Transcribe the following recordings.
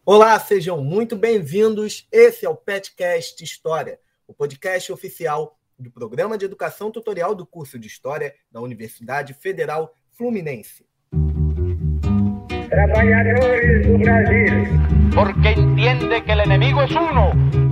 Olá, sejam muito bem-vindos. Esse é o Petcast História, o podcast oficial do Programa de Educação Tutorial do curso de História da Universidade Federal Fluminense. Trabalhadores do Brasil. Porque entende que o inimigo é uno.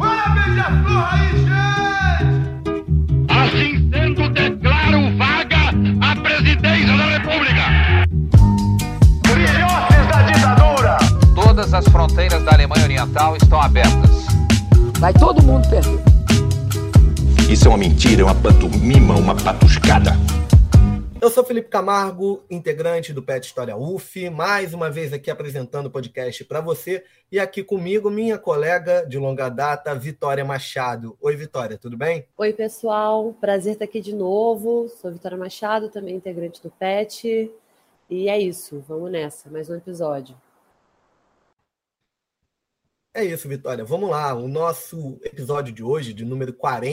Assim sendo, declaro vaga a presidência da República. Filhotes da ditadura. Todas as fronteiras da Alemanha Oriental estão abertas. Vai todo mundo perder. Isso é uma mentira, é uma pantomima, uma patuscada. Eu sou Felipe Camargo, integrante do PET História UF, mais uma vez aqui apresentando o podcast para você. E aqui comigo, minha colega de longa data, Vitória Machado. Oi, Vitória, tudo bem? Oi, pessoal. Prazer estar aqui de novo. Sou Vitória Machado, também integrante do PET. E é isso, vamos nessa, mais um episódio. É isso, Vitória. Vamos lá. O nosso episódio de hoje, de número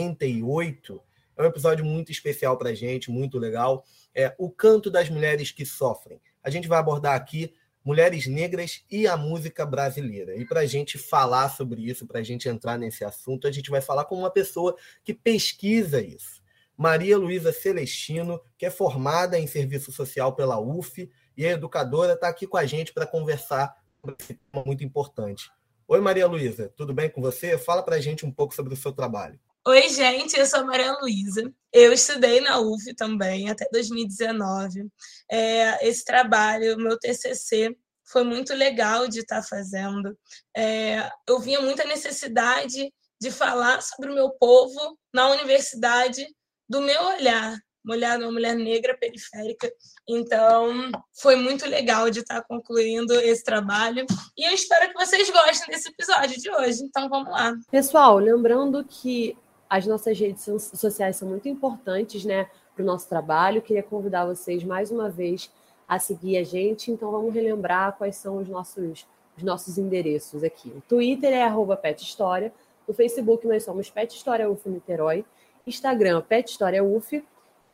48, é um episódio muito especial para a gente, muito legal. É o canto das mulheres que sofrem. A gente vai abordar aqui mulheres negras e a música brasileira. E para a gente falar sobre isso, para a gente entrar nesse assunto, a gente vai falar com uma pessoa que pesquisa isso. Maria Luísa Celestino, que é formada em Serviço Social pela UF e é educadora, está aqui com a gente para conversar sobre esse tema muito importante. Oi, Maria Luísa, tudo bem com você? Fala para a gente um pouco sobre o seu trabalho. Oi, gente, eu sou a Maria Luísa. Eu estudei na UF também, até 2019. Esse trabalho, meu TCC, foi muito legal de estar fazendo. Eu via muita necessidade de falar sobre o meu povo na universidade, do meu olhar de uma mulher negra periférica. Então, foi muito legal de estar concluindo esse trabalho. E eu espero que vocês gostem desse episódio de hoje. Então, vamos lá. Pessoal, lembrando que as nossas redes sociais são muito importantes, né, para o nosso trabalho. Queria convidar vocês mais uma vez a seguir a gente. Então, vamos relembrar quais são os nossos endereços aqui. O Twitter é @PetHistória. No Facebook, nós somos Pet História UF Niterói. Instagram, Pet História UF.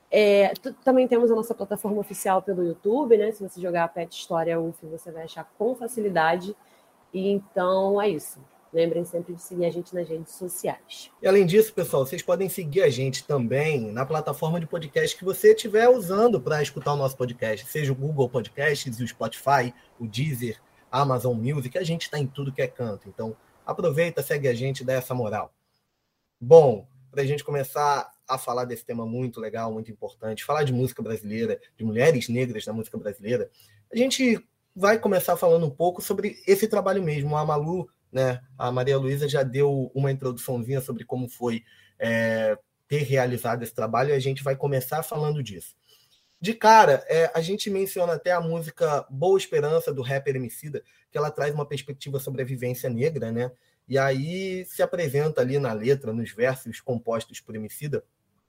Também temos a nossa plataforma oficial pelo YouTube, né? Se você jogar Pet História UF, você vai achar com facilidade. E então é isso. Lembrem sempre de seguir a gente nas redes sociais. E além disso, pessoal, vocês podem seguir a gente também na plataforma de podcast que você estiver usando para escutar o nosso podcast, seja o Google Podcasts, o Spotify, o Deezer, a Amazon Music, a gente está em tudo que é canto. Então, aproveita, segue a gente, dá essa moral. Bom, para a gente começar a falar desse tema muito legal, muito importante, falar de música brasileira, de mulheres negras na música brasileira, a gente vai começar falando um pouco sobre esse trabalho mesmo. A Malu, né, a Maria Luísa já deu uma introduçãozinha sobre como foi ter realizado esse trabalho e a gente vai começar falando disso. De cara, a gente menciona até a música Boa Esperança, do rapper Emicida, que ela traz uma perspectiva sobre a vivência negra, né? E aí se apresenta ali na letra, nos versos compostos por Emicida,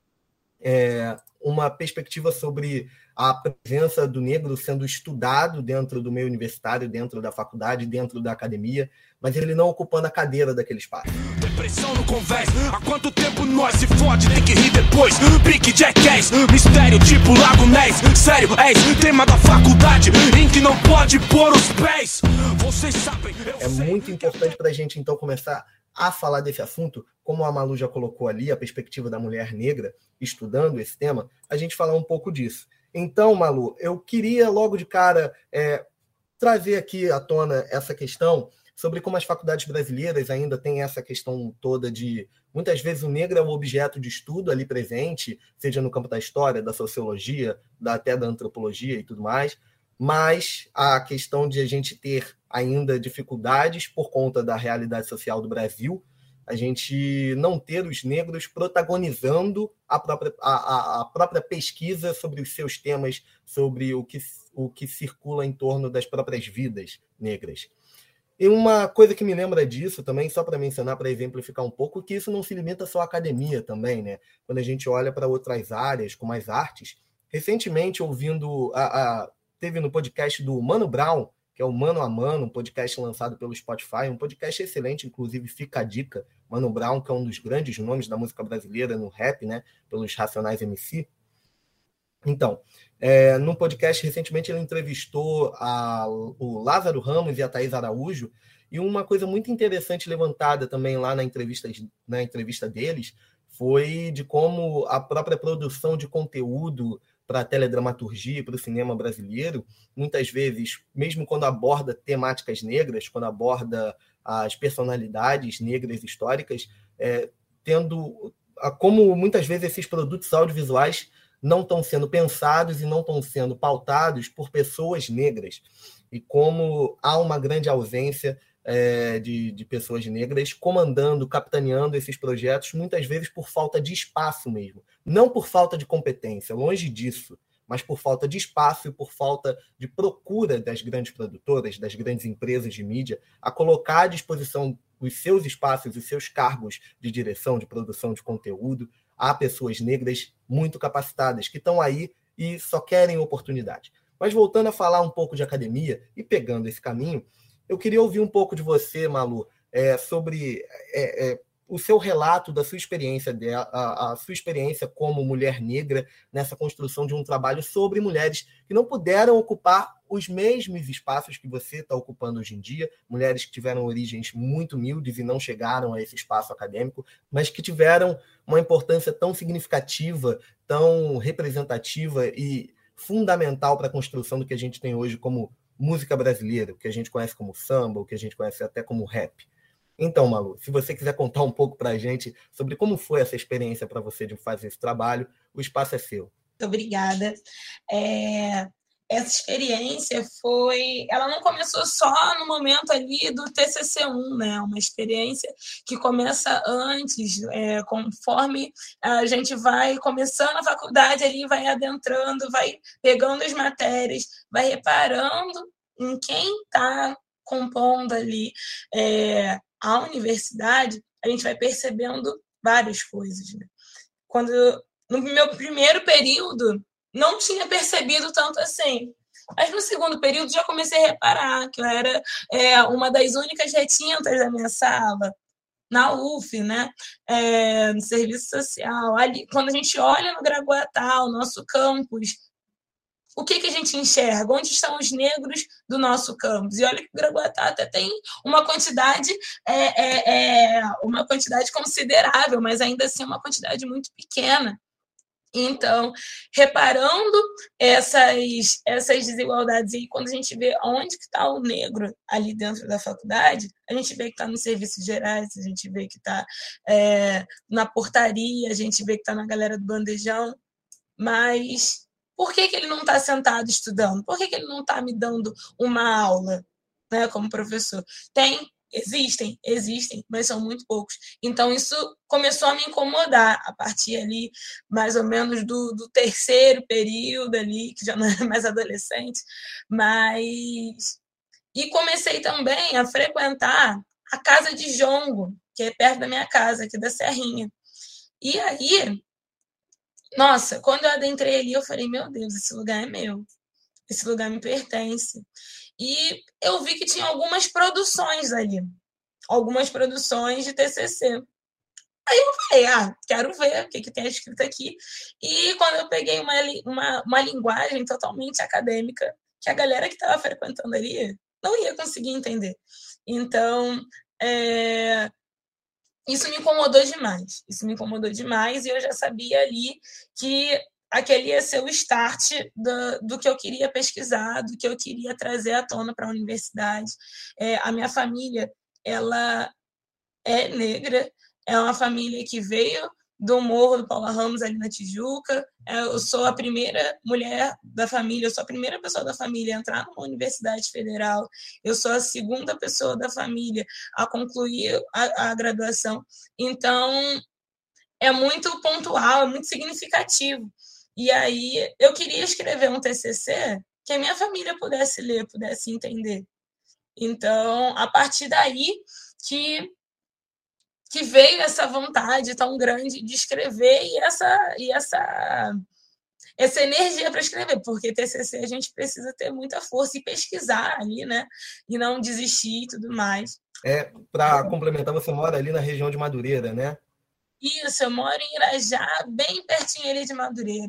uma perspectiva sobre a presença do negro sendo estudado dentro do meio universitário, dentro da faculdade, dentro da academia, mas ele não ocupando a cadeira daquele espaço. Depressão no convés, há quanto tempo nós se fode, tem que rir depois. Pique Jackass, mistério tipo Lago Ness. Sério, tema da faculdade em que não pode pôr os pés. Vocês sabem, é muito importante para a gente então começar a falar desse assunto, como a Malu já colocou ali, a perspectiva da mulher negra, estudando esse tema, a gente falar um pouco disso. Então, Malu, eu queria logo de cara trazer aqui à tona essa questão sobre como as faculdades brasileiras ainda têm essa questão toda de, muitas vezes, o negro é o objeto de estudo ali presente, seja no campo da história, da sociologia, até da antropologia e tudo mais, mas a questão de a gente ter ainda dificuldades por conta da realidade social do Brasil, a gente não ter os negros protagonizando a própria pesquisa sobre os seus temas, sobre o que circula em torno das próprias vidas negras. E uma coisa que me lembra disso também, só para mencionar, para exemplificar um pouco, que isso não se limita só à academia também, né? Quando a gente olha para outras áreas, como as artes, recentemente ouvindo, teve no podcast do Mano Brown, que é o Mano a Mano, um podcast lançado pelo Spotify, um podcast excelente, inclusive fica a dica. Mano Brown, que é um dos grandes nomes da música brasileira no rap, né, pelos Racionais MC. Então, num podcast recentemente ele entrevistou o Lázaro Ramos e a Thaís Araújo, E uma coisa muito interessante levantada também lá na entrevista deles foi de como a própria produção de conteúdo para a teledramaturgia, para o cinema brasileiro, muitas vezes, mesmo quando aborda temáticas negras, quando aborda as personalidades negras históricas, tendo como muitas vezes esses produtos audiovisuais não estão sendo pensados e não estão sendo pautados por pessoas negras, e como há uma grande ausência de pessoas negras comandando, capitaneando esses projetos, muitas vezes por falta de espaço mesmo. Não por falta de competência, longe disso, mas por falta de espaço e por falta de procura das grandes produtoras, das grandes empresas de mídia, a colocar à disposição os seus espaços, os seus cargos de direção, de produção de conteúdo, a pessoas negras muito capacitadas, que estão aí e só querem oportunidade. Mas voltando a falar um pouco de academia e pegando esse caminho, eu queria ouvir um pouco de você, Malu, sobre o seu relato da sua experiência, a sua experiência como mulher negra nessa construção de um trabalho sobre mulheres que não puderam ocupar os mesmos espaços que você está ocupando hoje em dia, mulheres que tiveram origens muito humildes e não chegaram a esse espaço acadêmico, mas que tiveram uma importância tão significativa, tão representativa e fundamental para a construção do que a gente tem hoje como música brasileira, o que a gente conhece como samba, o que a gente conhece até como rap. Então, Malu, se você quiser contar um pouco para a gente sobre como foi essa experiência para você de fazer esse trabalho, o espaço é seu. Muito obrigada. Essa experiência ela não começou só no momento ali do TCC1, né? Uma experiência que começa antes, conforme a gente vai começando a faculdade ali, vai adentrando, vai pegando as matérias, vai reparando em quem está compondo ali a universidade, a gente vai percebendo várias coisas, né? No meu primeiro período, não tinha percebido tanto assim. Mas no segundo período já comecei a reparar que eu era uma das únicas retintas da minha sala, na UF, né? No serviço social. Ali, quando a gente olha no Gragoatá, o nosso campus, o que a gente enxerga? Onde estão os negros do nosso campus? E olha que o Gragoatá até tem uma quantidade considerável, mas ainda assim uma quantidade muito pequena. Então, reparando essas desigualdades, e quando a gente vê onde que está o negro ali dentro da faculdade, a gente vê que está nos serviços gerais, a gente vê que está na portaria, a gente vê que está na galera do bandejão, mas por que ele não está sentado estudando? Por que ele não está me dando uma aula, né, como professor? Existem, mas são muito poucos. Então, isso começou a me incomodar a partir ali, mais ou menos, do terceiro período ali, que já não era mais adolescente, E comecei também a frequentar a casa de jongo, que é perto da minha casa, aqui da Serrinha. E aí, nossa, quando eu adentrei ali, eu falei, meu Deus, esse lugar é meu. Esse lugar me pertence. E eu vi que tinha algumas produções ali. Algumas produções de TCC. Aí eu falei, quero ver o que tem escrito aqui. E quando eu peguei uma linguagem totalmente acadêmica, que a galera que estava frequentando ali não ia conseguir entender. Então, isso me incomodou demais. E eu já sabia ali que aquele ia ser o start do que eu queria pesquisar, do que eu queria trazer à tona para a universidade. A minha família, ela é negra, é uma família que veio do Morro do Paula Ramos, ali na Tijuca. Eu sou a primeira mulher da família, eu sou a primeira pessoa da família a entrar numa universidade federal, eu sou a segunda pessoa da família a concluir a graduação. Então, é muito pontual, é muito significativo. E aí, eu queria escrever um TCC que a minha família pudesse ler, pudesse entender. Então, a partir daí que veio essa vontade tão grande de escrever e essa energia para escrever, porque TCC a gente precisa ter muita força e pesquisar ali, né? E não desistir e tudo mais. Para complementar, você mora ali na região de Madureira, né? Isso, eu moro em Irajá, bem pertinho ali de Madureira.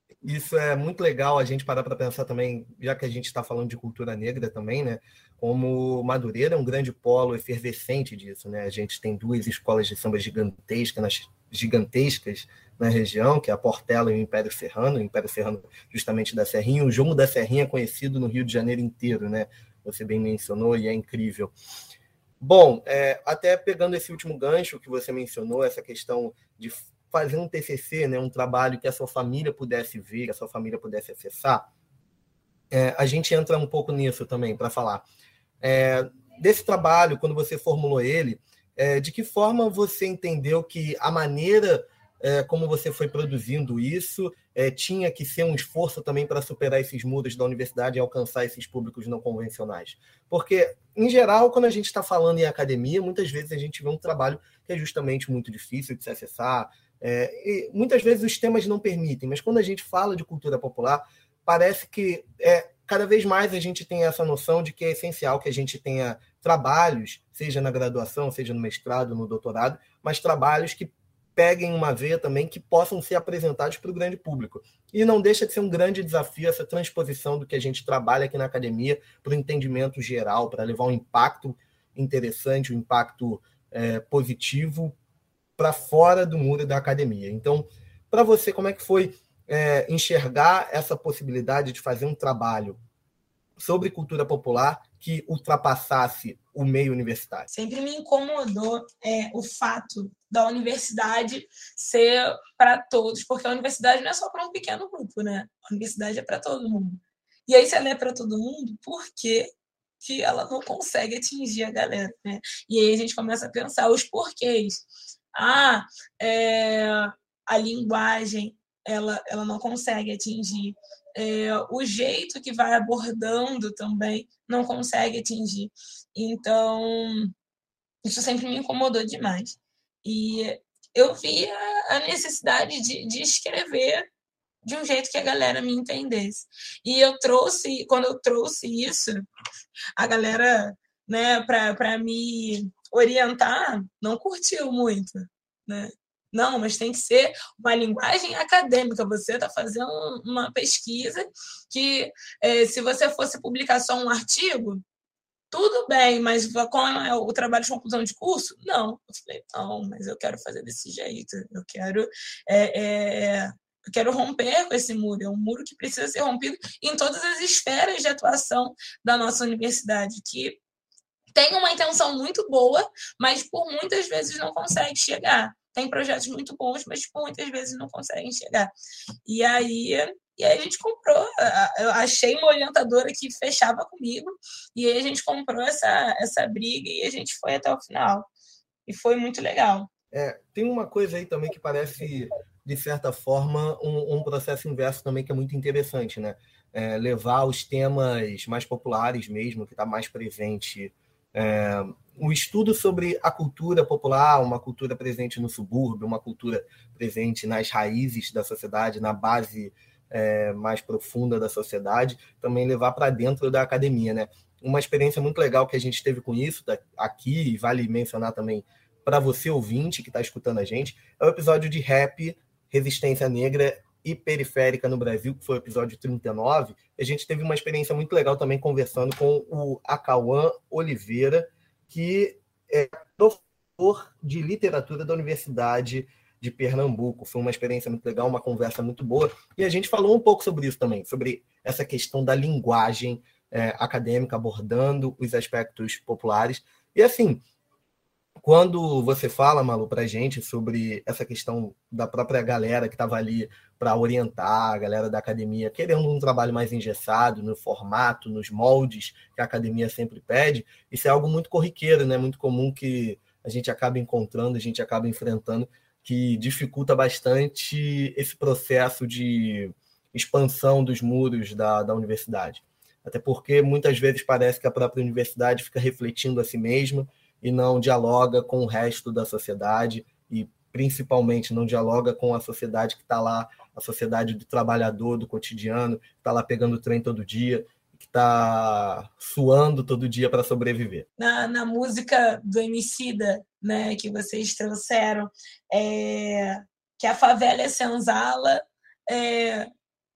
Isso é muito legal a gente parar para pensar também, já que a gente está falando de cultura negra também, né? Como Madureira é um grande polo efervescente disso, né? A gente tem 2 escolas de samba gigantescas na região, que é a Portela e o Império Serrano justamente da Serrinha. O Jogo da Serrinha é conhecido no Rio de Janeiro inteiro, né? Você bem mencionou e é incrível. Bom, até pegando esse último gancho que você mencionou, essa questão de fazer um TCC, né, um trabalho que a sua família pudesse ver, que a sua família pudesse acessar, a gente entra um pouco nisso também para falar. Desse trabalho, quando você formulou ele, de que forma você entendeu que a maneira como você foi produzindo isso tinha que ser um esforço também para superar esses muros da universidade e alcançar esses públicos não convencionais? Porque, em geral, quando a gente está falando em academia, muitas vezes a gente vê um trabalho que é justamente muito difícil de se acessar, e muitas vezes os temas não permitem, mas quando a gente fala de cultura popular, parece que cada vez mais a gente tem essa noção de que é essencial que a gente tenha trabalhos, seja na graduação, seja no mestrado, no doutorado, mas trabalhos que peguem uma veia também que possam ser apresentados para o grande público. E não deixa de ser um grande desafio essa transposição do que a gente trabalha aqui na academia para o entendimento geral, para levar um impacto interessante, um impacto positivo para fora do muro da academia. Então, para você, como é que foi enxergar essa possibilidade de fazer um trabalho sobre cultura popular que ultrapassasse o meio universitário? Sempre me incomodou o fato da universidade ser para todos, porque a universidade não é só para um pequeno grupo, né? A universidade é para todo mundo. E aí, se ela é para todo mundo, por que ela não consegue atingir a galera, né? E aí a gente começa a pensar os porquês. A linguagem, ela não consegue atingir. O jeito que vai abordando também não consegue atingir. Então, isso sempre me incomodou demais. E eu vi a necessidade de escrever de um jeito que a galera me entendesse. E quando eu trouxe isso, a galera, né, para me orientar, não curtiu muito, né? Não, mas tem que ser uma linguagem acadêmica. Você está fazendo uma pesquisa que, se você fosse publicar só um artigo, tudo bem, mas qual é o trabalho de conclusão de curso? Não. Eu falei, não, mas eu quero fazer desse jeito. Eu quero romper com esse muro. É um muro que precisa ser rompido em todas as esferas de atuação da nossa universidade, que tem uma intenção muito boa, mas por muitas vezes não consegue chegar. Tem projetos muito bons, mas por muitas vezes não conseguem chegar. E aí a gente comprou. Eu achei uma orientadora que fechava comigo, e aí a gente comprou essa briga e a gente foi até o final. E foi muito legal. Tem uma coisa aí também que parece, de certa forma, um processo inverso também que é muito interessante, né? Levar os temas mais populares mesmo, que está mais presente. O estudo sobre a cultura popular, uma cultura presente no subúrbio, uma cultura presente nas raízes da sociedade, na base mais profunda da sociedade, também levar para dentro da academia, né? Uma experiência muito legal que a gente teve com isso aqui, e vale mencionar também para você, ouvinte, que está escutando a gente, é o episódio de Rap, Resistência Negra e Periférica no Brasil, que foi o episódio 39. A gente teve uma experiência muito legal também conversando com o Acauã Oliveira, que é professor de literatura da Universidade de Pernambuco. Foi uma experiência muito legal, uma conversa muito boa. E a gente falou um pouco sobre isso também, sobre essa questão da linguagem acadêmica, abordando os aspectos populares. E assim, quando você fala, Malu, para a gente sobre essa questão da própria galera que estava ali para orientar, a galera da academia, querendo um trabalho mais engessado, no formato, nos moldes que a academia sempre pede, isso é algo muito corriqueiro, né? Muito comum que a gente acaba encontrando, a gente acaba enfrentando, que dificulta bastante esse processo de expansão dos muros da universidade. Até porque muitas vezes parece que a própria universidade fica refletindo a si mesma e não dialoga com o resto da sociedade e, principalmente, não dialoga com a sociedade que está lá, a sociedade do trabalhador, do cotidiano, que está lá pegando o trem todo dia, que está suando todo dia para sobreviver. Na música do Emicida, né, que vocês trouxeram, que a favela é senzala,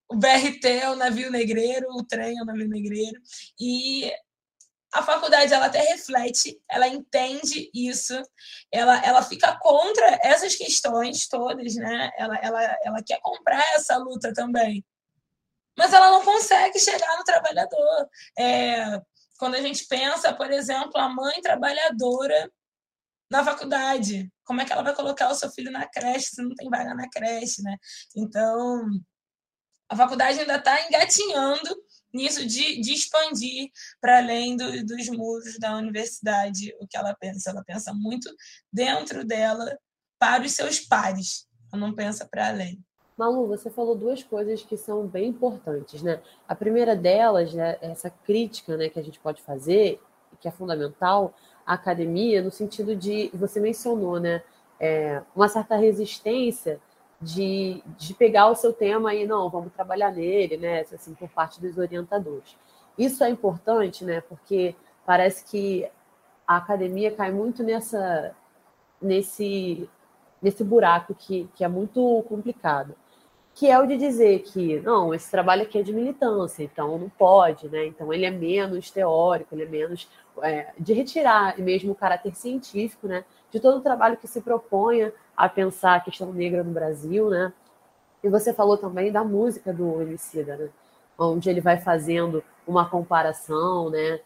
o BRT é o navio negreiro, o trem é o navio negreiro, e a faculdade ela até reflete, ela entende isso, ela fica contra essas questões todas, né? Ela quer comprar essa luta também, mas ela não consegue chegar no trabalhador. Quando a gente pensa, por exemplo, a mãe trabalhadora na faculdade, como é que ela vai colocar o seu filho na creche se não tem vaga na creche, né? Então, a faculdade ainda está engatinhando nisso de expandir para além dos muros da universidade o que ela pensa. Ela pensa muito dentro dela para os seus pares, ela não pensa para além. Malu, você falou duas coisas que são bem importantes, né? A primeira delas, né, é essa crítica, né, que a gente pode fazer, que é fundamental, à academia, no sentido de, você mencionou, né, uma certa resistência de pegar o seu tema e, não, vamos trabalhar nele, né, assim, por parte dos orientadores. Isso é importante, né, porque parece que a academia cai muito nesse buraco que é muito complicado, que é o de dizer que, não, esse trabalho aqui é de militância, então não pode, né? Então ele é menos teórico, ele é menos de retirar mesmo o caráter científico, né? De todo o trabalho que se proponha a pensar a questão negra no Brasil, né? E você falou também da música do Emicida, né? Onde ele vai fazendo uma comparação, né?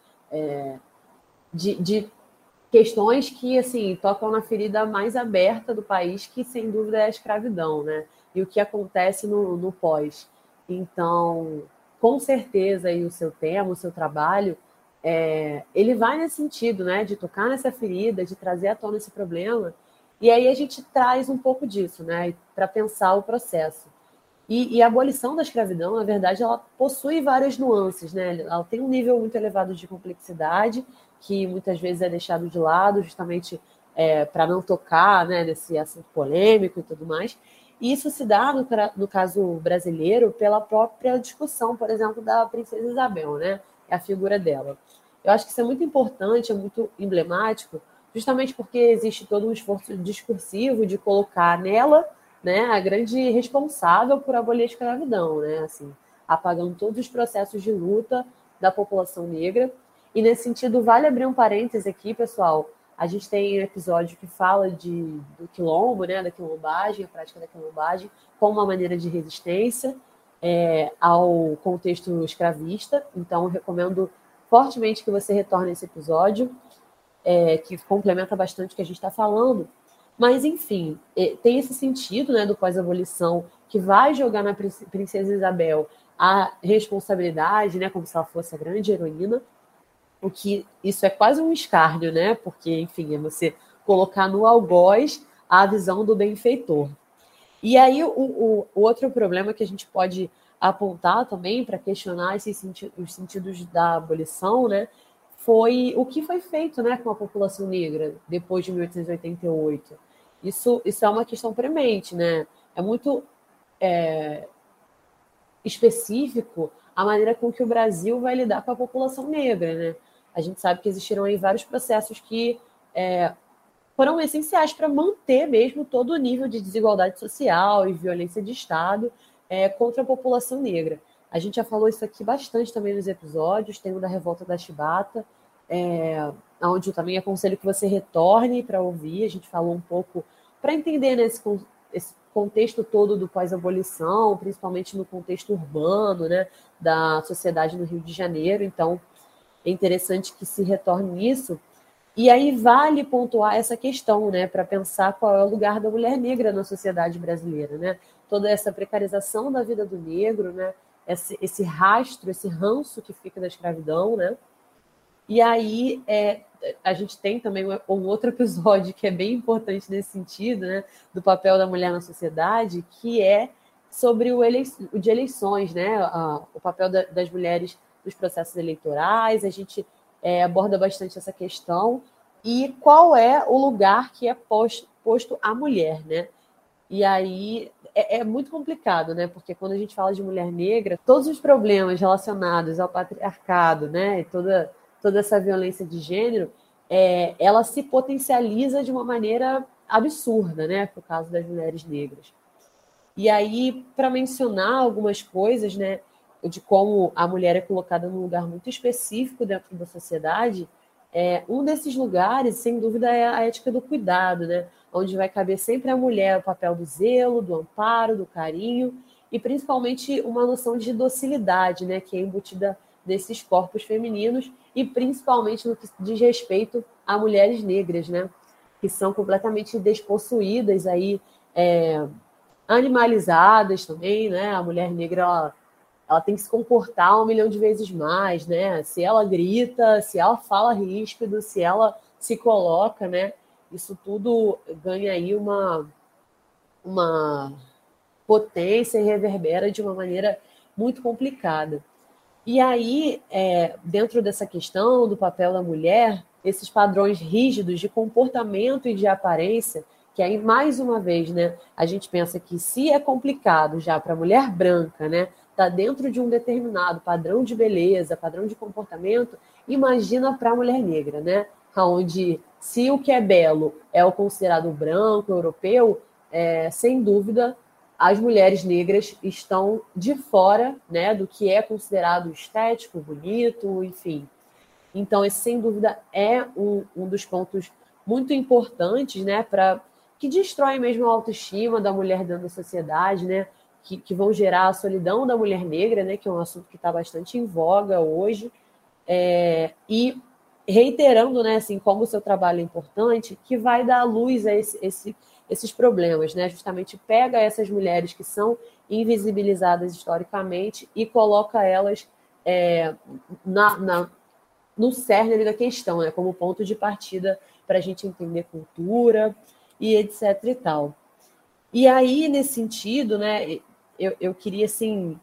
De questões que, assim, tocam na ferida mais aberta do país, que sem dúvida é a escravidão, né? E o que acontece no pós. Então, com certeza, aí o seu tema, o seu trabalho, ele vai nesse sentido, né? De tocar nessa ferida, de trazer à tona esse problema. E aí a gente traz um pouco disso, né? Para pensar o processo. E a abolição da escravidão, na verdade, ela possui várias nuances, né? Ela tem um nível muito elevado de complexidade, que muitas vezes é deixado de lado, justamente para não tocar, né, nesse assunto polêmico e tudo mais. E isso se dá, no caso brasileiro, pela própria discussão, por exemplo, da Princesa Isabel, né? A figura dela. Eu acho que isso é muito importante, é muito emblemático, justamente porque existe todo um esforço discursivo de colocar nela, né, a grande responsável por abolir a escravidão, né? Assim, apagando todos os processos de luta da população negra. E, nesse sentido, vale abrir um parêntese aqui, pessoal. A gente tem um episódio que fala do quilombo, né, da quilombagem, a prática da quilombagem, como uma maneira de resistência ao contexto escravista. Então, recomendo fortemente que você retorne a esse episódio, que complementa bastante o que a gente está falando. Mas, enfim, tem esse sentido, né, do pós-abolição, que vai jogar na Princesa Isabel a responsabilidade, né, como se ela fosse a grande heroína, o que isso é quase um escárnio, né? Porque, enfim, é você colocar no algoz a visão do benfeitor. E aí, o outro problema que a gente pode apontar também para questionar os sentidos da abolição, né? Foi o que foi feito, né, com a população negra depois de 1888. Isso é uma questão premente, né? É muito específico a maneira com que o Brasil vai lidar com a população negra, né? A gente sabe que existiram aí vários processos que foram essenciais para manter mesmo todo o nível de desigualdade social e violência de Estado contra a população negra. A gente já falou isso aqui bastante também nos episódios, tem o da Revolta da Chibata, onde eu também aconselho que você retorne para ouvir. A gente falou um pouco para entender, né, esse contexto todo do pós-abolição, principalmente no contexto urbano, né, da sociedade no Rio de Janeiro. Então, é interessante que se retorne nisso. E aí vale pontuar essa questão, né, para pensar qual é o lugar da mulher negra na sociedade brasileira, né? Toda essa precarização da vida do negro, né? Esse rastro, esse ranço que fica da escravidão, né? E aí a gente tem também um outro episódio que é bem importante nesse sentido, né, do papel da mulher na sociedade, que é sobre o de eleições, né? O papel das mulheres nos processos eleitorais. A gente aborda bastante essa questão e qual é o lugar que é posto à mulher, né? E aí é muito complicado, né? Porque quando a gente fala de mulher negra, todos os problemas relacionados ao patriarcado, né, e toda essa violência de gênero, ela se potencializa de uma maneira absurda, né, por causa das mulheres negras. E aí, para mencionar algumas coisas, né, de como a mulher é colocada num lugar muito específico dentro da sociedade, um desses lugares, sem dúvida, é a ética do cuidado, né, onde vai caber sempre à mulher o papel do zelo, do amparo, do carinho, e principalmente uma noção de docilidade, né, que é embutida desses corpos femininos, e principalmente no que diz respeito a mulheres negras, né, que são completamente despossuídas aí, animalizadas também, né? A mulher negra ela tem que se comportar 1 milhão de vezes mais, né? Se ela grita, se ela fala ríspido, se ela se coloca, né? Isso tudo ganha aí uma potência e reverbera de uma maneira muito complicada. E aí, dentro dessa questão do papel da mulher, esses padrões rígidos de comportamento e de aparência, que aí, mais uma vez, né, a gente pensa que se é complicado já para a mulher branca, né, tá dentro de um determinado padrão de beleza, padrão de comportamento, imagina para a mulher negra, né, onde se o que é belo é o considerado branco, europeu, sem dúvida, as mulheres negras estão de fora, né, do que é considerado estético, bonito, enfim. Então, esse, sem dúvida, é um dos pontos muito importantes, né, que destrói mesmo a autoestima da mulher dentro da sociedade, né, que vão gerar a solidão da mulher negra, né, que é um assunto que está bastante em voga hoje, e reiterando, né, assim, como o seu trabalho é importante, que vai dar luz a esses problemas, né? Justamente pega essas mulheres que são invisibilizadas historicamente e coloca elas no cerne da questão, né? Como ponto de partida para a gente entender cultura e etc e tal. E aí, nesse sentido, né, eu queria, assim,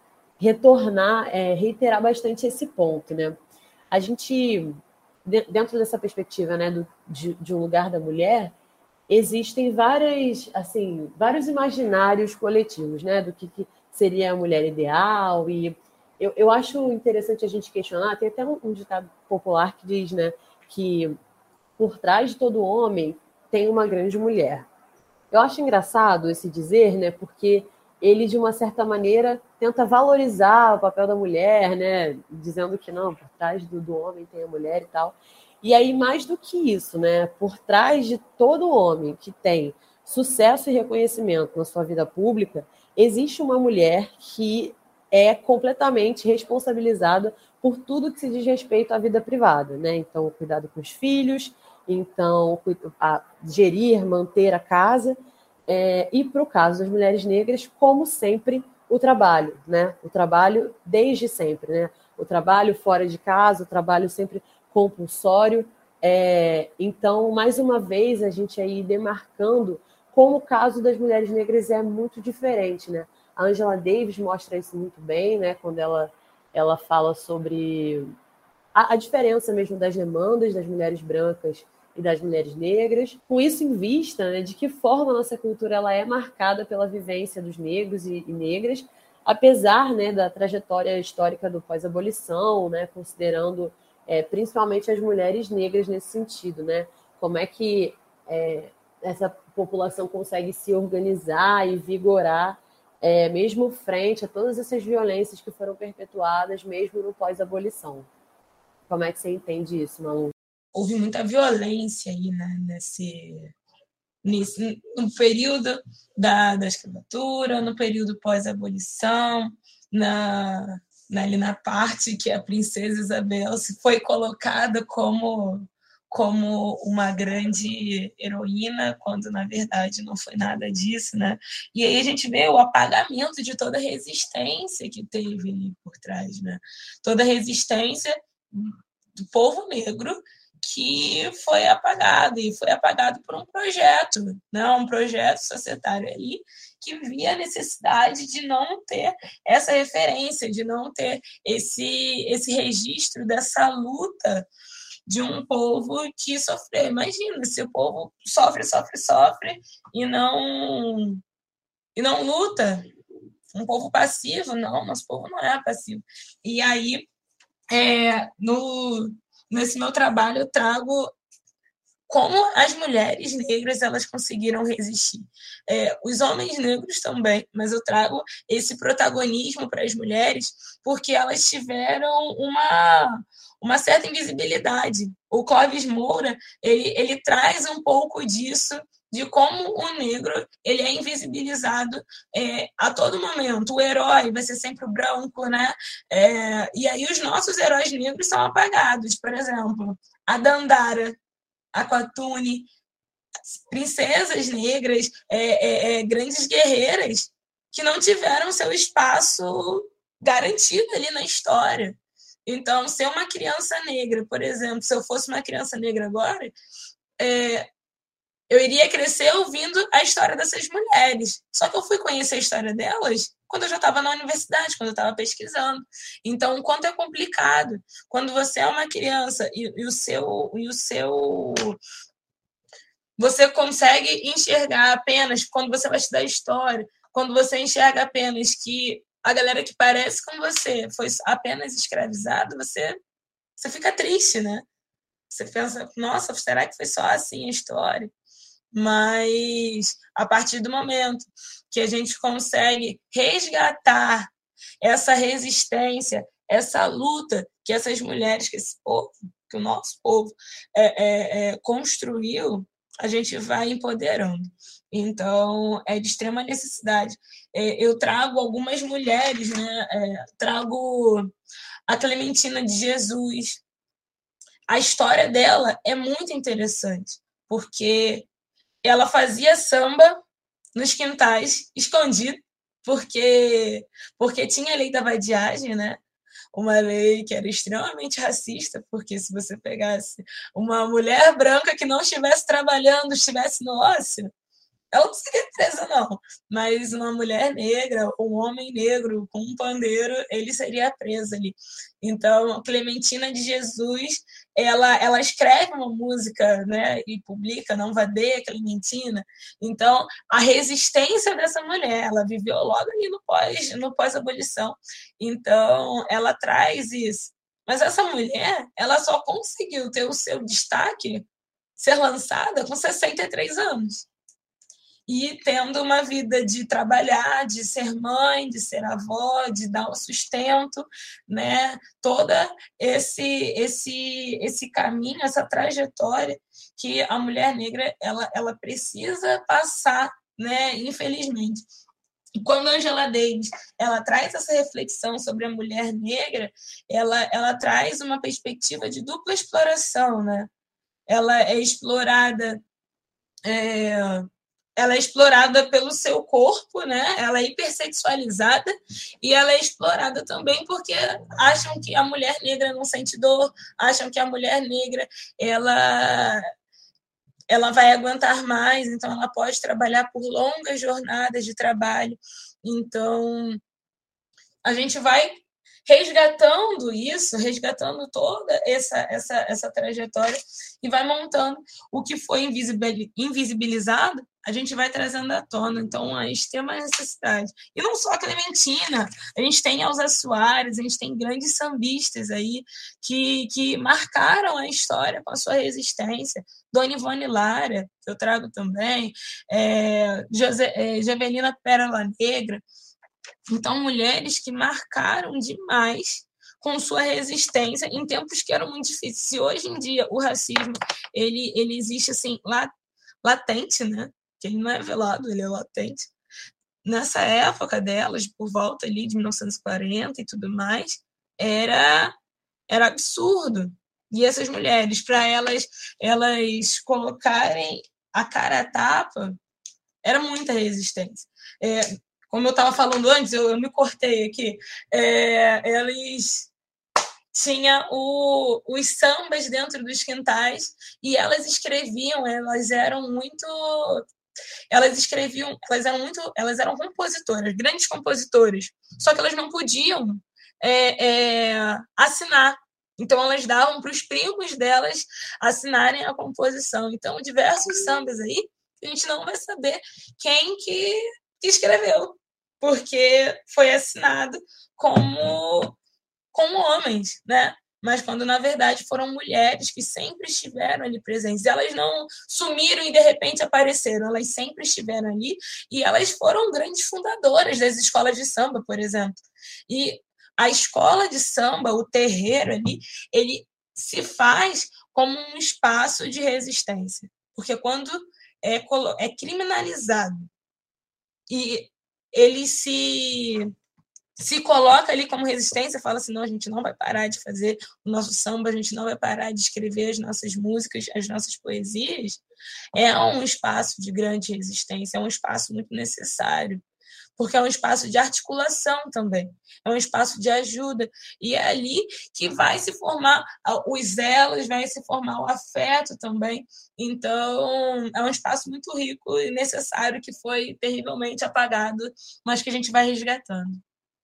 reiterar bastante esse ponto, né? A gente, dentro dessa perspectiva, né, de um lugar da mulher, existem vários imaginários coletivos, né, do que seria a mulher ideal, e eu acho interessante a gente questionar, tem até um ditado popular que diz, né, que por trás de todo homem tem uma grande mulher. Eu acho engraçado esse dizer, né, porque ele, de uma certa maneira, tenta valorizar o papel da mulher, né, dizendo que não, por trás do homem tem a mulher e tal. E aí, mais do que isso, né, por trás de todo homem que tem sucesso e reconhecimento na sua vida pública, existe uma mulher que é completamente responsabilizada por tudo que se diz respeito à vida privada, né? Então, o cuidado com os filhos, então, gerir, manter a casa, e para o caso das mulheres negras, como sempre, o trabalho, né? O trabalho desde sempre, né? O trabalho fora de casa, o trabalho sempre compulsório. Então, mais uma vez, a gente aí demarcando como o caso das mulheres negras é muito diferente, né? A Angela Davis mostra isso muito bem, né? Quando ela fala sobre a diferença mesmo das demandas das mulheres brancas e das mulheres negras, com isso em vista, né, de que forma a nossa cultura ela é marcada pela vivência dos negros e negras, apesar, né, da trajetória histórica do pós-abolição, né, considerando principalmente as mulheres negras nesse sentido, né, como é que essa população consegue se organizar e vigorar, mesmo frente a todas essas violências que foram perpetuadas mesmo no pós-abolição. Como é que você entende isso, Malu? Houve muita violência aí, né, no período da escravatura, no período pós-abolição, ali na parte que a princesa Isabel se foi colocada como uma grande heroína, quando na verdade não foi nada disso, né? E aí a gente vê o apagamento de toda a resistência que teve ali por trás, né? Toda a resistência do povo negro que foi apagado, e foi apagado por um projeto, né? Um projeto societário aí que via a necessidade de não ter essa referência, de não ter esse registro dessa luta de um povo que sofreu. Imagina, se o povo sofre e não luta, um povo passivo, não, nosso povo não é passivo. E aí, nesse meu trabalho, eu trago como as mulheres negras elas conseguiram resistir. Os homens negros também, mas eu trago esse protagonismo para as mulheres porque elas tiveram uma certa invisibilidade. O Clóvis Moura, ele traz um pouco disso, de como o negro ele é invisibilizado a todo momento. O herói vai ser sempre o branco, né? E aí os nossos heróis negros são apagados. Por exemplo, a Dandara, a Quatune, princesas negras, grandes guerreiras que não tiveram seu espaço garantido ali na história. Então, ser uma criança negra, por exemplo, se eu fosse uma criança negra agora, eu iria crescer ouvindo a história dessas mulheres. Só que eu fui conhecer a história delas quando eu já estava na universidade, quando eu estava pesquisando. Então, o quanto é complicado. Quando você é uma criança e o seu você consegue enxergar apenas, quando você vai estudar história, quando você enxerga apenas que a galera que parece com você foi apenas escravizada, você fica triste, né? Você pensa, nossa, será que foi só assim a história? Mas a partir do momento que a gente consegue resgatar essa resistência, essa luta que essas mulheres, que esse povo, que o nosso povo construiu, a gente vai empoderando. Então, é de extrema necessidade. Eu trago algumas mulheres, né? Trago a Clementina de Jesus. A história dela é muito interessante, porque ela fazia samba nos quintais, escondido, porque tinha a lei da vadiagem, né? Uma lei que era extremamente racista, porque se você pegasse uma mulher branca que não estivesse trabalhando, estivesse no ócio, ela não seria presa, não. Mas uma mulher negra, um homem negro com um pandeiro, ele seria preso ali. Então, Clementina de Jesus, ela escreve uma música, né, e publica, Não Vadeia Clementina. Então, a resistência dessa mulher, ela viveu logo ali no pós-abolição. Então, ela traz isso. Mas essa mulher, ela só conseguiu ter o seu destaque, ser lançada com 63 anos. E tendo uma vida de trabalhar, de ser mãe, de ser avó, de dar o sustento, né? Todo esse caminho, essa trajetória que a mulher negra ela precisa passar, né? Infelizmente. E quando a Angela Davis ela traz essa reflexão sobre a mulher negra, ela traz uma perspectiva de dupla exploração, né? Ela é explorada pelo seu corpo, né? Ela é hipersexualizada e ela é explorada também porque acham que a mulher negra não sente dor, acham que a mulher negra ela vai aguentar mais, então ela pode trabalhar por longas jornadas de trabalho. Então, a gente vai resgatando isso, resgatando toda essa trajetória e vai montando o que foi invisibilizado, a gente vai trazendo à tona. Então, a extrema necessidade. E não só a Clementina, a gente tem Elza Soares, a gente tem grandes sambistas aí que marcaram a história com a sua resistência. Dona Ivone Lara, que eu trago também, Jovelina Pérola Negra. Então, mulheres que marcaram demais com sua resistência em tempos que eram muito difíceis. Se hoje em dia o racismo ele existe assim, latente, né? Que ele não é velado, ele é latente. Nessa época delas, por volta ali de 1940 e tudo mais, era absurdo. E essas mulheres, para elas colocarem a cara a tapa, era muita resistência. Como eu estava falando antes, eu me cortei aqui, eles tinham os sambas dentro dos quintais e elas escreviam, elas eram compositoras, grandes compositoras, só que elas não podiam assinar. Então, elas davam para os primos delas assinarem a composição. Então, diversos sambas aí, a gente não vai saber quem que escreveu, porque foi assinado como homens, né? mas quando, na verdade, foram mulheres que sempre estiveram ali presentes. Elas não sumiram e, de repente, apareceram. Elas sempre estiveram ali e elas foram grandes fundadoras das escolas de samba, por exemplo. E a escola de samba, o terreiro ali, ele se faz como um espaço de resistência. Porque quando é criminalizado e ele se coloca ali como resistência, fala assim, não, a gente não vai parar de fazer o nosso samba, a gente não vai parar de escrever as nossas músicas, as nossas poesias, é um espaço de grande resistência, é um espaço muito necessário, porque é um espaço de articulação também, é um espaço de ajuda, e é ali que vai se formar os elos, vai se formar o afeto também. Então, é um espaço muito rico e necessário que foi terrivelmente apagado, mas que a gente vai resgatando.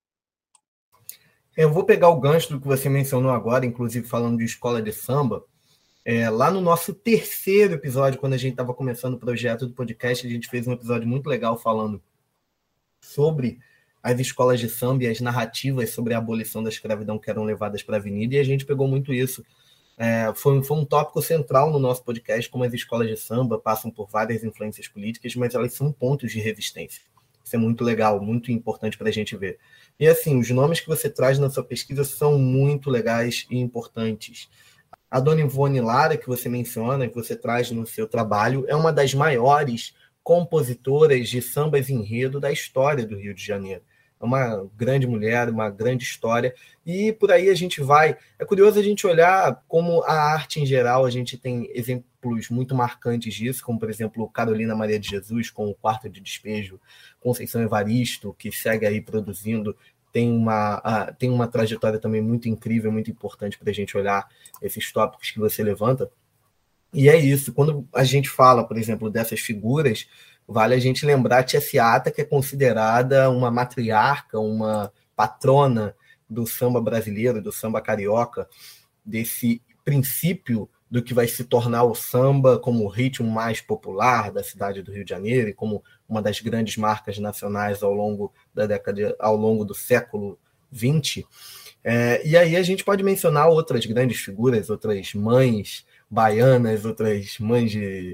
Eu vou pegar o gancho do que você mencionou agora, inclusive falando de escola de samba. Lá no nosso terceiro episódio, quando a gente estava começando o projeto do podcast, a gente fez um episódio muito legal falando sobre as escolas de samba e as narrativas sobre a abolição da escravidão que eram levadas para a avenida, e a gente pegou muito isso. Foi um tópico central no nosso podcast, como as escolas de samba passam por várias influências políticas, mas elas são pontos de resistência. Isso é muito legal, muito importante para a gente ver. E assim, os nomes que você traz na sua pesquisa são muito legais e importantes. A dona Ivone Lara, que você menciona, que você traz no seu trabalho, é uma das maiores compositoras de sambas enredo da história do Rio de Janeiro. É uma grande mulher, uma grande história, e por aí a gente vai. É curioso a gente olhar como a arte em geral, a gente tem exemplos muito marcantes disso, como, por exemplo, Carolina Maria de Jesus, com o Quarto de Despejo, Conceição Evaristo, que segue aí produzindo, tem uma trajetória também muito incrível, muito importante para a gente olhar esses tópicos que você levanta. E é isso, quando a gente fala, por exemplo, dessas figuras, vale a gente lembrar a Tia Seata, que é considerada uma matriarca, uma patrona do samba brasileiro, do samba carioca, desse princípio do que vai se tornar o samba como o ritmo mais popular da cidade do Rio de Janeiro e como uma das grandes marcas nacionais ao longo do século XX. E aí a gente pode mencionar outras grandes figuras, outras mães baianas, outras mães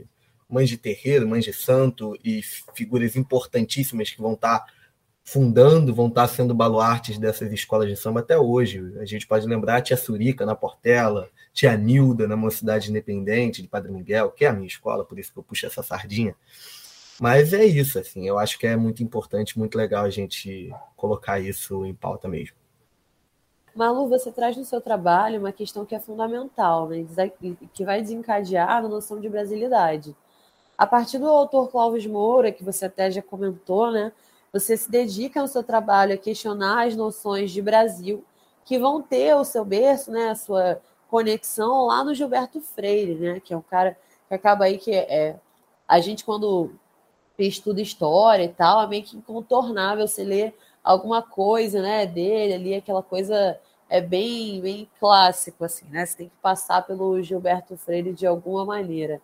de terreiro, mães de santo e figuras importantíssimas que vão estar vão estar sendo baluartes dessas escolas de samba até hoje. A gente pode lembrar a Tia Surica na Portela, Tia Nilda na Mocidade Independente de Padre Miguel, que é a minha escola, por isso que eu puxo essa sardinha. Mas é isso, assim, eu acho que é muito importante, muito legal a gente colocar isso em pauta mesmo. Malu, você traz no seu trabalho uma questão que é fundamental, né, que vai desencadear a noção de brasilidade. A partir do autor Clóvis Moura, que você até já comentou, né, você se dedica no seu trabalho a questionar as noções de Brasil, que vão ter o seu berço, né, a sua conexão lá no Gilberto Freire, né, que é um cara que acaba aí que a gente, quando estuda história e tal, é meio que incontornável você ler alguma coisa, né, dele ali, aquela coisa bem, bem clássico, assim, né, você tem que passar pelo Gilberto Freire de alguma maneira.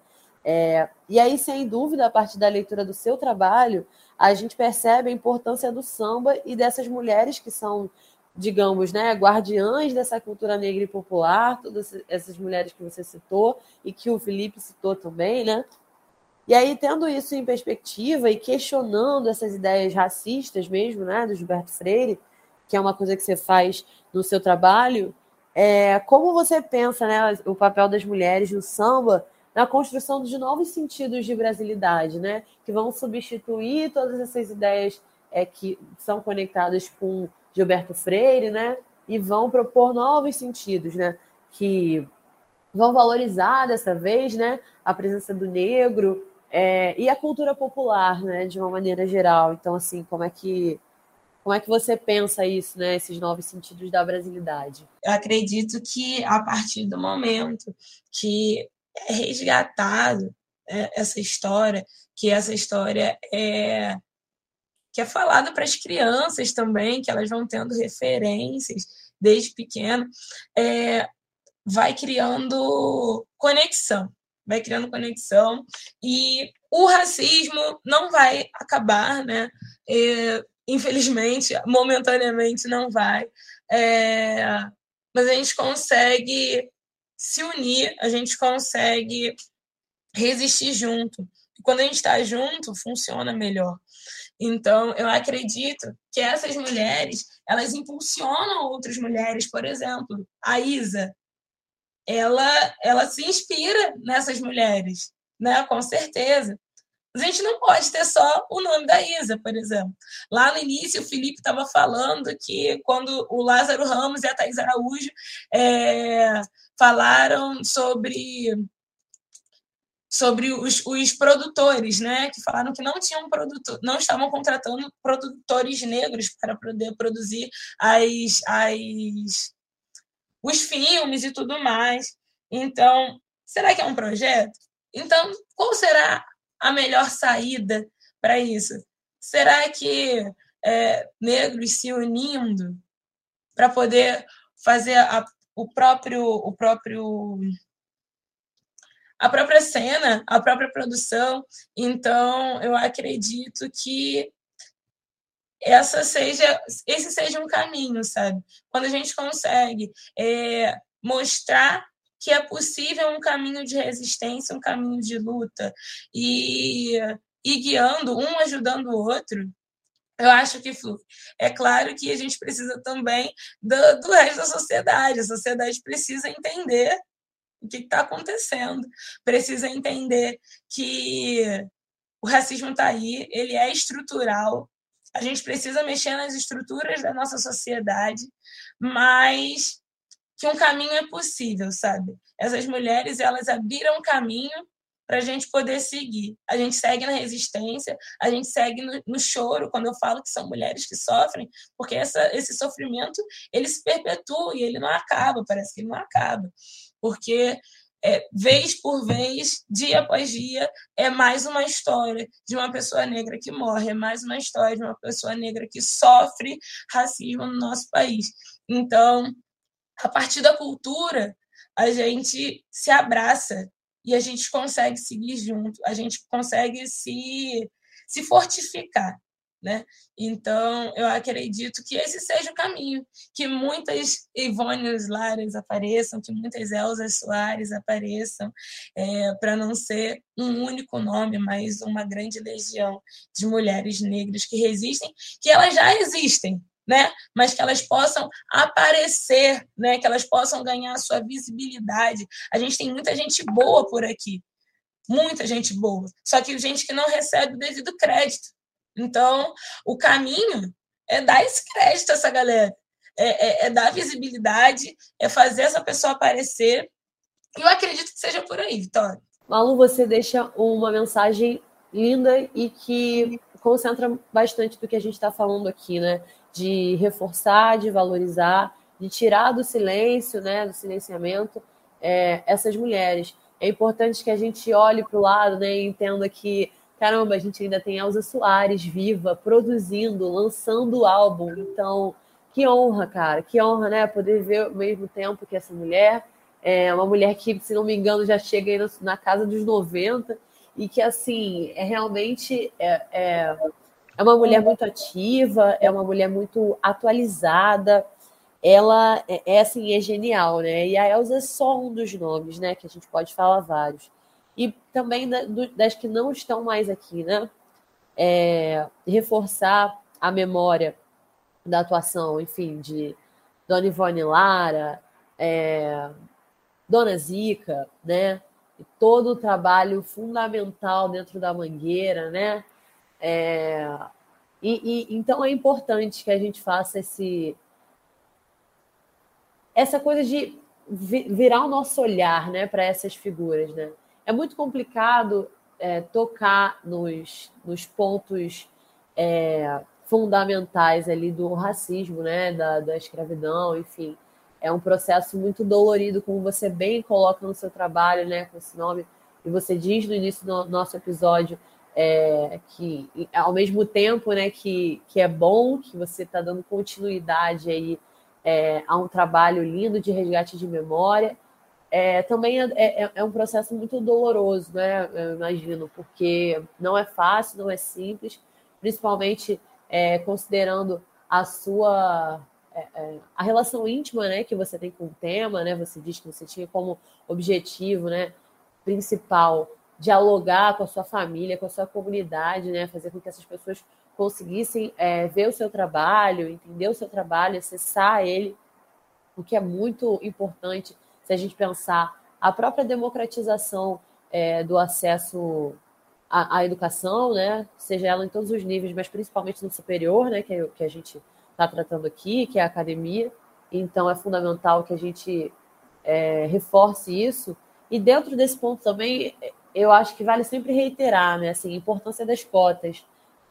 E aí, sem dúvida, a partir da leitura do seu trabalho, a gente percebe a importância do samba e dessas mulheres que são, digamos, né, guardiãs dessa cultura negra e popular, todas essas mulheres que você citou e que o Felipe citou também, né? E aí, tendo isso em perspectiva e questionando essas ideias racistas mesmo, né, do Gilberto Freire, que é uma coisa que você faz no seu trabalho, como você pensa, né, o papel das mulheres no samba na construção de novos sentidos de brasilidade, né, que vão substituir todas essas ideias que são conectadas com Gilberto Freire, né, e vão propor novos sentidos, né, que vão valorizar dessa vez, né, a presença do negro e a cultura popular, né, de uma maneira geral. Então, assim, como é que você pensa isso, né, esses novos sentidos da brasilidade? Eu acredito que a partir do momento que é resgatado essa história, que essa história que é falada para as crianças também, que elas vão tendo referências desde pequeno, vai criando conexão, e o racismo não vai acabar, né? Infelizmente, momentaneamente não vai, mas a gente consegue se unir, a gente consegue resistir junto. E quando a gente está junto, funciona melhor. Então, eu acredito que essas mulheres, elas impulsionam outras mulheres. Por exemplo, a Isa, ela se inspira nessas mulheres, né? Com certeza. A gente não pode ter só o nome da Isa, por exemplo. Lá no início, o Felipe estava falando que quando o Lázaro Ramos e a Thaís Araújo falaram sobre os produtores, né, que falaram que não estavam contratando produtores negros para poder produzir os filmes e tudo mais. Então, será que é um projeto? Então, qual será a melhor saída para isso? Será que negros se unindo para poder fazer a própria cena, a própria produção? Então, eu acredito que esse seja um caminho, sabe? Quando a gente consegue mostrar que é possível um caminho de resistência, um caminho de luta, e guiando, um ajudando o outro, eu acho que flui. É claro que a gente precisa também do resto da sociedade. A sociedade precisa entender o que está acontecendo, precisa entender que o racismo está aí, ele é estrutural, a gente precisa mexer nas estruturas da nossa sociedade, mas que um caminho é possível, sabe? Essas mulheres, elas abriram um caminho para a gente poder seguir. A gente segue na resistência, a gente segue no choro, quando eu falo que são mulheres que sofrem, porque esse sofrimento, ele se perpetua e ele não acaba, parece que ele não acaba. Porque vez por vez, dia após dia, é mais uma história de uma pessoa negra que morre, é mais uma história de uma pessoa negra que sofre racismo no nosso país. Então, a partir da cultura, a gente se abraça e a gente consegue seguir junto, a gente consegue se fortificar, né? Então, eu acredito que esse seja o caminho, que muitas Ivone Lares apareçam, que muitas Elza Soares apareçam, para não ser um único nome, mas uma grande legião de mulheres negras que resistem, que elas já existem, né? Mas que elas possam aparecer, né? Que elas possam ganhar a sua visibilidade. A gente tem muita gente boa por aqui, muita gente boa, só que gente que não recebe o devido crédito. Então, o caminho é dar esse crédito a essa galera, é dar visibilidade, é fazer essa pessoa aparecer. E eu acredito que seja por aí, Vitória. Malu, você deixa uma mensagem linda e que concentra bastante do que a gente está falando aqui, né? De reforçar, de valorizar, de tirar do silêncio, né? Do silenciamento, essas mulheres. É importante que a gente olhe para o lado, né? E entenda que, caramba, a gente ainda tem Elza Soares viva, produzindo, lançando o álbum. Então, que honra, cara, que honra, né? Poder ver ao mesmo tempo que essa mulher é uma mulher que, se não me engano, já chega aí na casa dos 90 e que, assim, realmente é uma mulher muito ativa, é uma mulher muito atualizada. Ela assim, é genial, né? E a Elza é só um dos nomes, né? Que a gente pode falar vários. E também das que não estão mais aqui, né? Reforçar a memória da atuação, enfim, de Dona Ivone Lara, Dona Zica, né? E todo o trabalho fundamental dentro da Mangueira, né? Então é importante que a gente faça essa coisa de virar o nosso olhar, né, para essas figuras, né? É muito complicado tocar nos pontos fundamentais ali do racismo, né, da escravidão, enfim. É um processo muito dolorido, como você bem coloca no seu trabalho, né, com esse nome, e você diz no início do nosso episódio que, ao mesmo tempo, né, que é bom, que você está dando continuidade aí a um trabalho lindo de resgate de memória, também é um processo muito doloroso, né, eu imagino, porque não é fácil, não é simples, principalmente considerando a sua a relação íntima, né, que você tem com o tema, né? Você diz que você tinha como objetivo, né, principal dialogar com a sua família, com a sua comunidade, né, fazer com que essas pessoas conseguissem ver o seu trabalho, entender o seu trabalho, acessar ele, o que é muito importante se a gente pensar a própria democratização do acesso à educação, né, seja ela em todos os níveis, mas principalmente no superior, né, que a gente está tratando aqui, que é a academia. Então, é fundamental que a gente reforce isso. E dentro desse ponto também, eu acho que vale sempre reiterar, né, assim, a importância das cotas,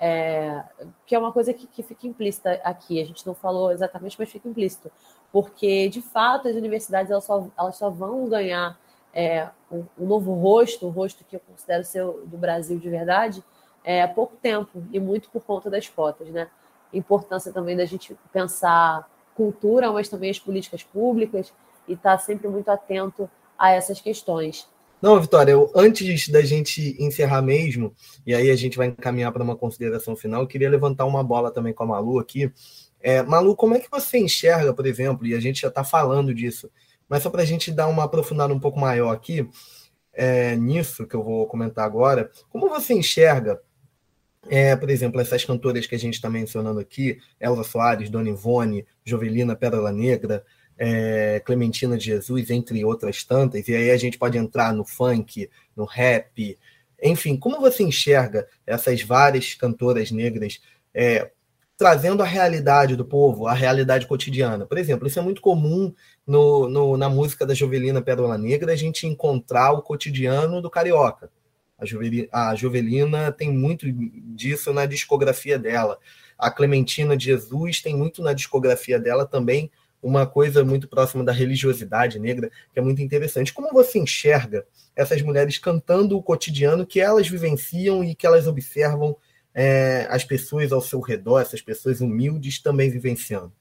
que é uma coisa que fica implícita aqui. A gente não falou exatamente, mas fica implícito. Porque, de fato, as universidades elas só vão ganhar um novo rosto, um rosto que eu considero ser do Brasil de verdade, há pouco tempo, e muito por conta das cotas, né? A importância também da gente pensar cultura, mas também as políticas públicas, e estar sempre muito atento a essas questões. Não, Vitória, antes da gente encerrar mesmo, e aí a gente vai encaminhar para uma consideração final, eu queria levantar uma bola também com a Malu aqui. Malu, como é que você enxerga, por exemplo, e a gente já está falando disso, mas só para a gente dar uma aprofundada um pouco maior aqui, nisso que eu vou comentar agora, como você enxerga, por exemplo, essas cantoras que a gente está mencionando aqui, Elza Soares, Dona Ivone, Jovelina Pérola Negra, Clementina de Jesus, entre outras tantas, e aí a gente pode entrar no funk, no rap, enfim, como você enxerga essas várias cantoras negras trazendo a realidade do povo, a realidade cotidiana? Por exemplo, isso é muito comum na música da Jovelina Pérola Negra, a gente encontrar o cotidiano do carioca. A Jovelina tem muito disso na discografia dela. A Clementina de Jesus tem muito na discografia dela também, uma coisa muito próxima da religiosidade negra, que é muito interessante. Como você enxerga essas mulheres cantando o cotidiano que elas vivenciam e que elas observam as pessoas ao seu redor, essas pessoas humildes também vivenciando?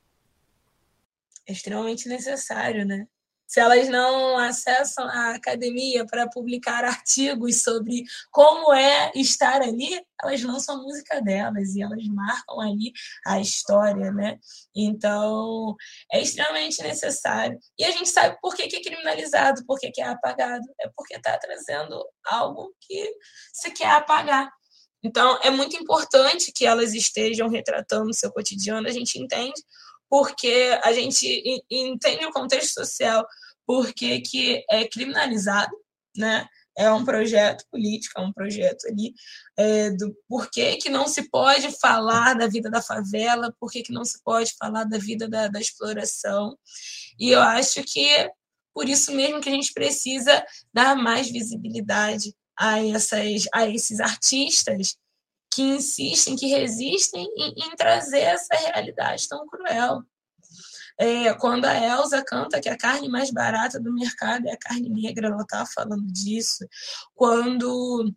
É extremamente necessário, né? Se elas não acessam a academia para publicar artigos sobre como é estar ali, elas lançam a música delas e elas marcam ali a história, né? Então, é extremamente necessário. E a gente sabe por que é criminalizado, por que é apagado. É porque está trazendo algo que se quer apagar. Então, é muito importante que elas estejam retratando o seu cotidiano, a gente entende, porque a gente entende o contexto social, porque que é criminalizado, né? É um projeto político, é um projeto ali do porquê que não se pode falar da vida da favela, porquê que não se pode falar da vida da exploração. E eu acho que é por isso mesmo que a gente precisa dar mais visibilidade a esses artistas que insistem, que resistem em trazer essa realidade tão cruel. Quando a Elza canta que a carne mais barata do mercado é a carne negra, ela está falando disso. Quando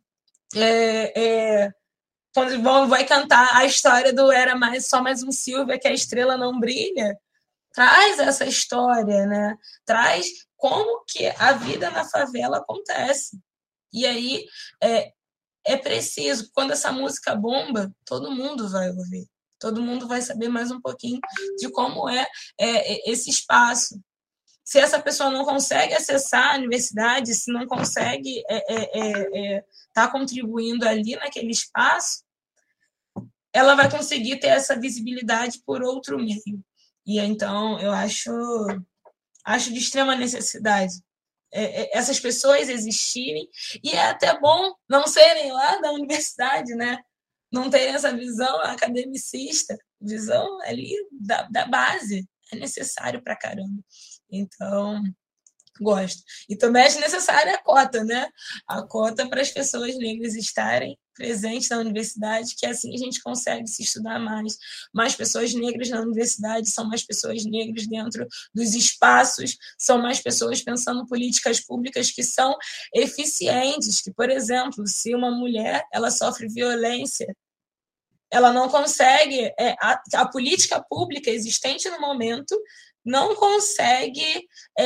vai cantar a história do Era Só Mais Um Silvia, que a estrela não brilha, traz essa história, né? Traz como que a vida na favela acontece. E aí é preciso, quando essa música bomba, todo mundo vai ouvir. Todo mundo vai saber mais um pouquinho de como é esse espaço. Se essa pessoa não consegue acessar a universidade, se não consegue estar contribuindo ali naquele espaço, ela vai conseguir ter essa visibilidade por outro meio. E então, eu acho de extrema necessidade essas pessoas existirem, e é até bom não serem lá da universidade, né? Não terem essa visão academicista, visão ali da base. É necessário pra caramba. Então, gosto. E também acho necessária a cota, né? A cota para as pessoas negras estarem presentes na universidade, que assim a gente consegue se estudar mais. Mais pessoas negras na universidade, são mais pessoas negras dentro dos espaços, são mais pessoas pensando políticas públicas que são eficientes, que, por exemplo, se uma mulher ela sofre violência, ela não consegue, a política pública existente no momento não consegue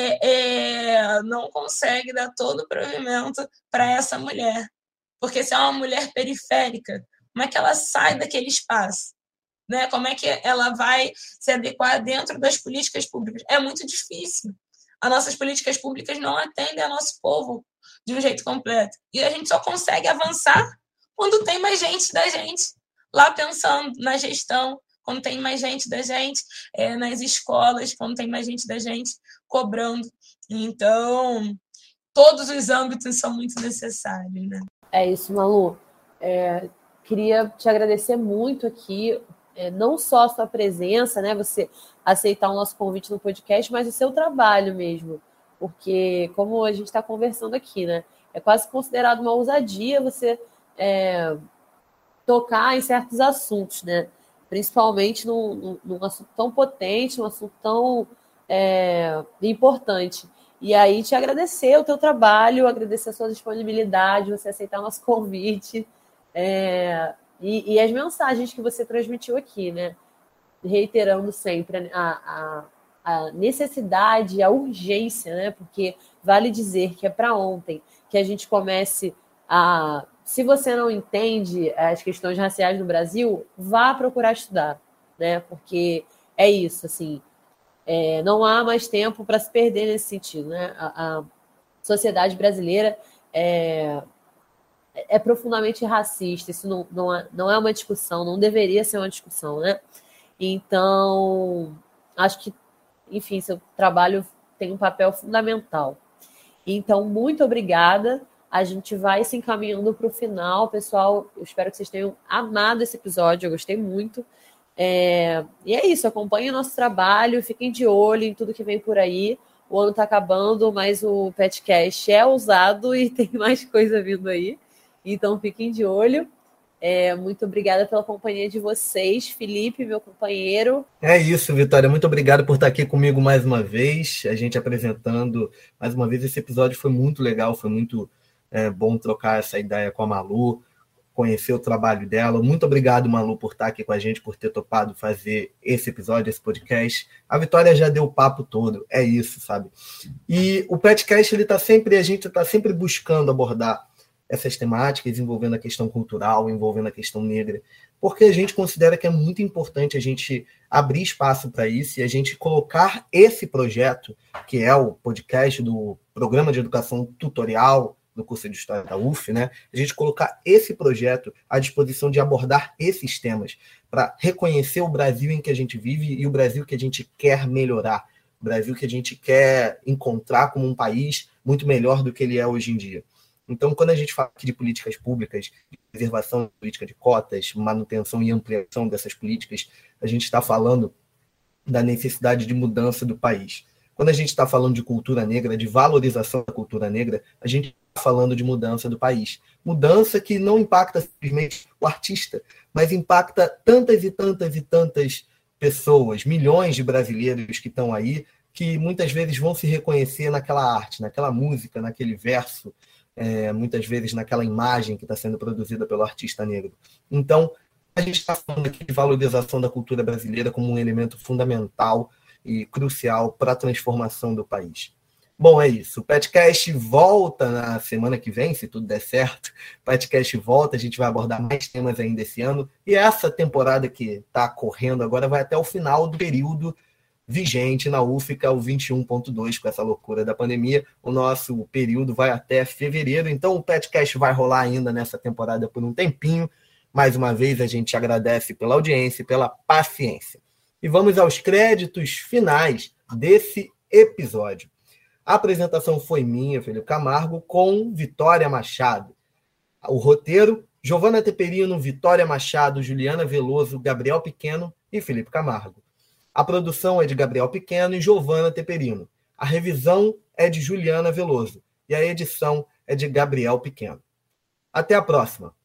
dar todo o provimento para essa mulher. Porque se é uma mulher periférica, como é que ela sai daquele espaço? né? Como é que ela vai se adequar dentro das políticas públicas? É muito difícil. As nossas políticas públicas não atendem ao nosso povo de um jeito completo. E a gente só consegue avançar quando tem mais gente da gente lá pensando na gestão, quando tem mais gente da gente nas escolas, quando tem mais gente da gente cobrando. Então, todos os âmbitos são muito necessários, né? É isso, Malu. Queria te agradecer muito aqui, não só a sua presença, né, você aceitar o nosso convite no podcast, mas o seu trabalho mesmo. Porque, como a gente está conversando aqui, né, é quase considerado uma ousadia você tocar em certos assuntos, né? Principalmente num assunto tão potente, um assunto tão importante. E aí te agradecer o teu trabalho, agradecer a sua disponibilidade, você aceitar o nosso convite e as mensagens que você transmitiu aqui, né? Reiterando sempre a necessidade, a urgência, né? Porque vale dizer que é para ontem que a gente comece a... Se você não entende as questões raciais no Brasil, vá procurar estudar, né? Porque é isso, assim, não há mais tempo para se perder nesse sentido, né? A sociedade brasileira é profundamente racista, isso não é uma discussão, não deveria ser uma discussão, né? Então, acho que, enfim, seu trabalho tem um papel fundamental. Então, muito obrigada. A gente vai se encaminhando para o final. Pessoal, eu espero que vocês tenham amado esse episódio, eu gostei muito. E é isso, acompanhem o nosso trabalho, fiquem de olho em tudo que vem por aí. O ano está acabando, mas o Petcast é ousado e tem mais coisa vindo aí. Então, fiquem de olho. Muito obrigada pela companhia de vocês. Felipe, meu companheiro. É isso, Vitória. Muito obrigado por estar aqui comigo mais uma vez. A gente apresentando mais uma vez. Esse episódio foi muito legal, foi muito bom trocar essa ideia com a Malu, conhecer o trabalho dela. Muito obrigado, Malu, por estar aqui com a gente, por ter topado fazer esse episódio, esse podcast. A Vitória já deu o papo todo, é isso, sabe? E o Petcast, a gente está sempre buscando abordar essas temáticas envolvendo a questão cultural, envolvendo a questão negra, porque a gente considera que é muito importante a gente abrir espaço para isso e a gente colocar esse projeto, que é o podcast do Programa de Educação Tutorial do curso de História da UF, né? A gente colocar esse projeto à disposição de abordar esses temas para reconhecer o Brasil em que a gente vive e o Brasil que a gente quer melhorar, o Brasil que a gente quer encontrar como um país muito melhor do que ele é hoje em dia. Então, quando a gente fala aqui de políticas públicas, de preservação, política de cotas, manutenção e ampliação dessas políticas, a gente está falando da necessidade de mudança do país. Quando a gente está falando de cultura negra, de valorização da cultura negra, a gente está falando de mudança do país. Mudança que não impacta simplesmente o artista, mas impacta tantas e tantas e tantas pessoas, milhões de brasileiros que estão aí, que muitas vezes vão se reconhecer naquela arte, naquela música, naquele verso, muitas vezes naquela imagem que está sendo produzida pelo artista negro. Então, a gente está falando aqui de valorização da cultura brasileira como um elemento fundamental e crucial para a transformação do país. Bom, é isso. O Petcast volta na semana que vem, se tudo der certo. O Petcast volta, a gente vai abordar mais temas ainda esse ano. E essa temporada que está correndo agora vai até o final do período vigente na UFSCar, o 21.2, com essa loucura da pandemia. O nosso período vai até fevereiro, então o Petcast vai rolar ainda nessa temporada por um tempinho. Mais uma vez, a gente agradece pela audiência e pela paciência. E vamos aos créditos finais desse episódio. A apresentação foi minha, Felipe Camargo, com Vitória Machado. O roteiro, Giovana Teperino, Vitória Machado, Juliana Veloso, Gabriel Pequeno e Felipe Camargo. A produção é de Gabriel Pequeno e Giovana Teperino. A revisão é de Juliana Veloso. E a edição é de Gabriel Pequeno. Até a próxima!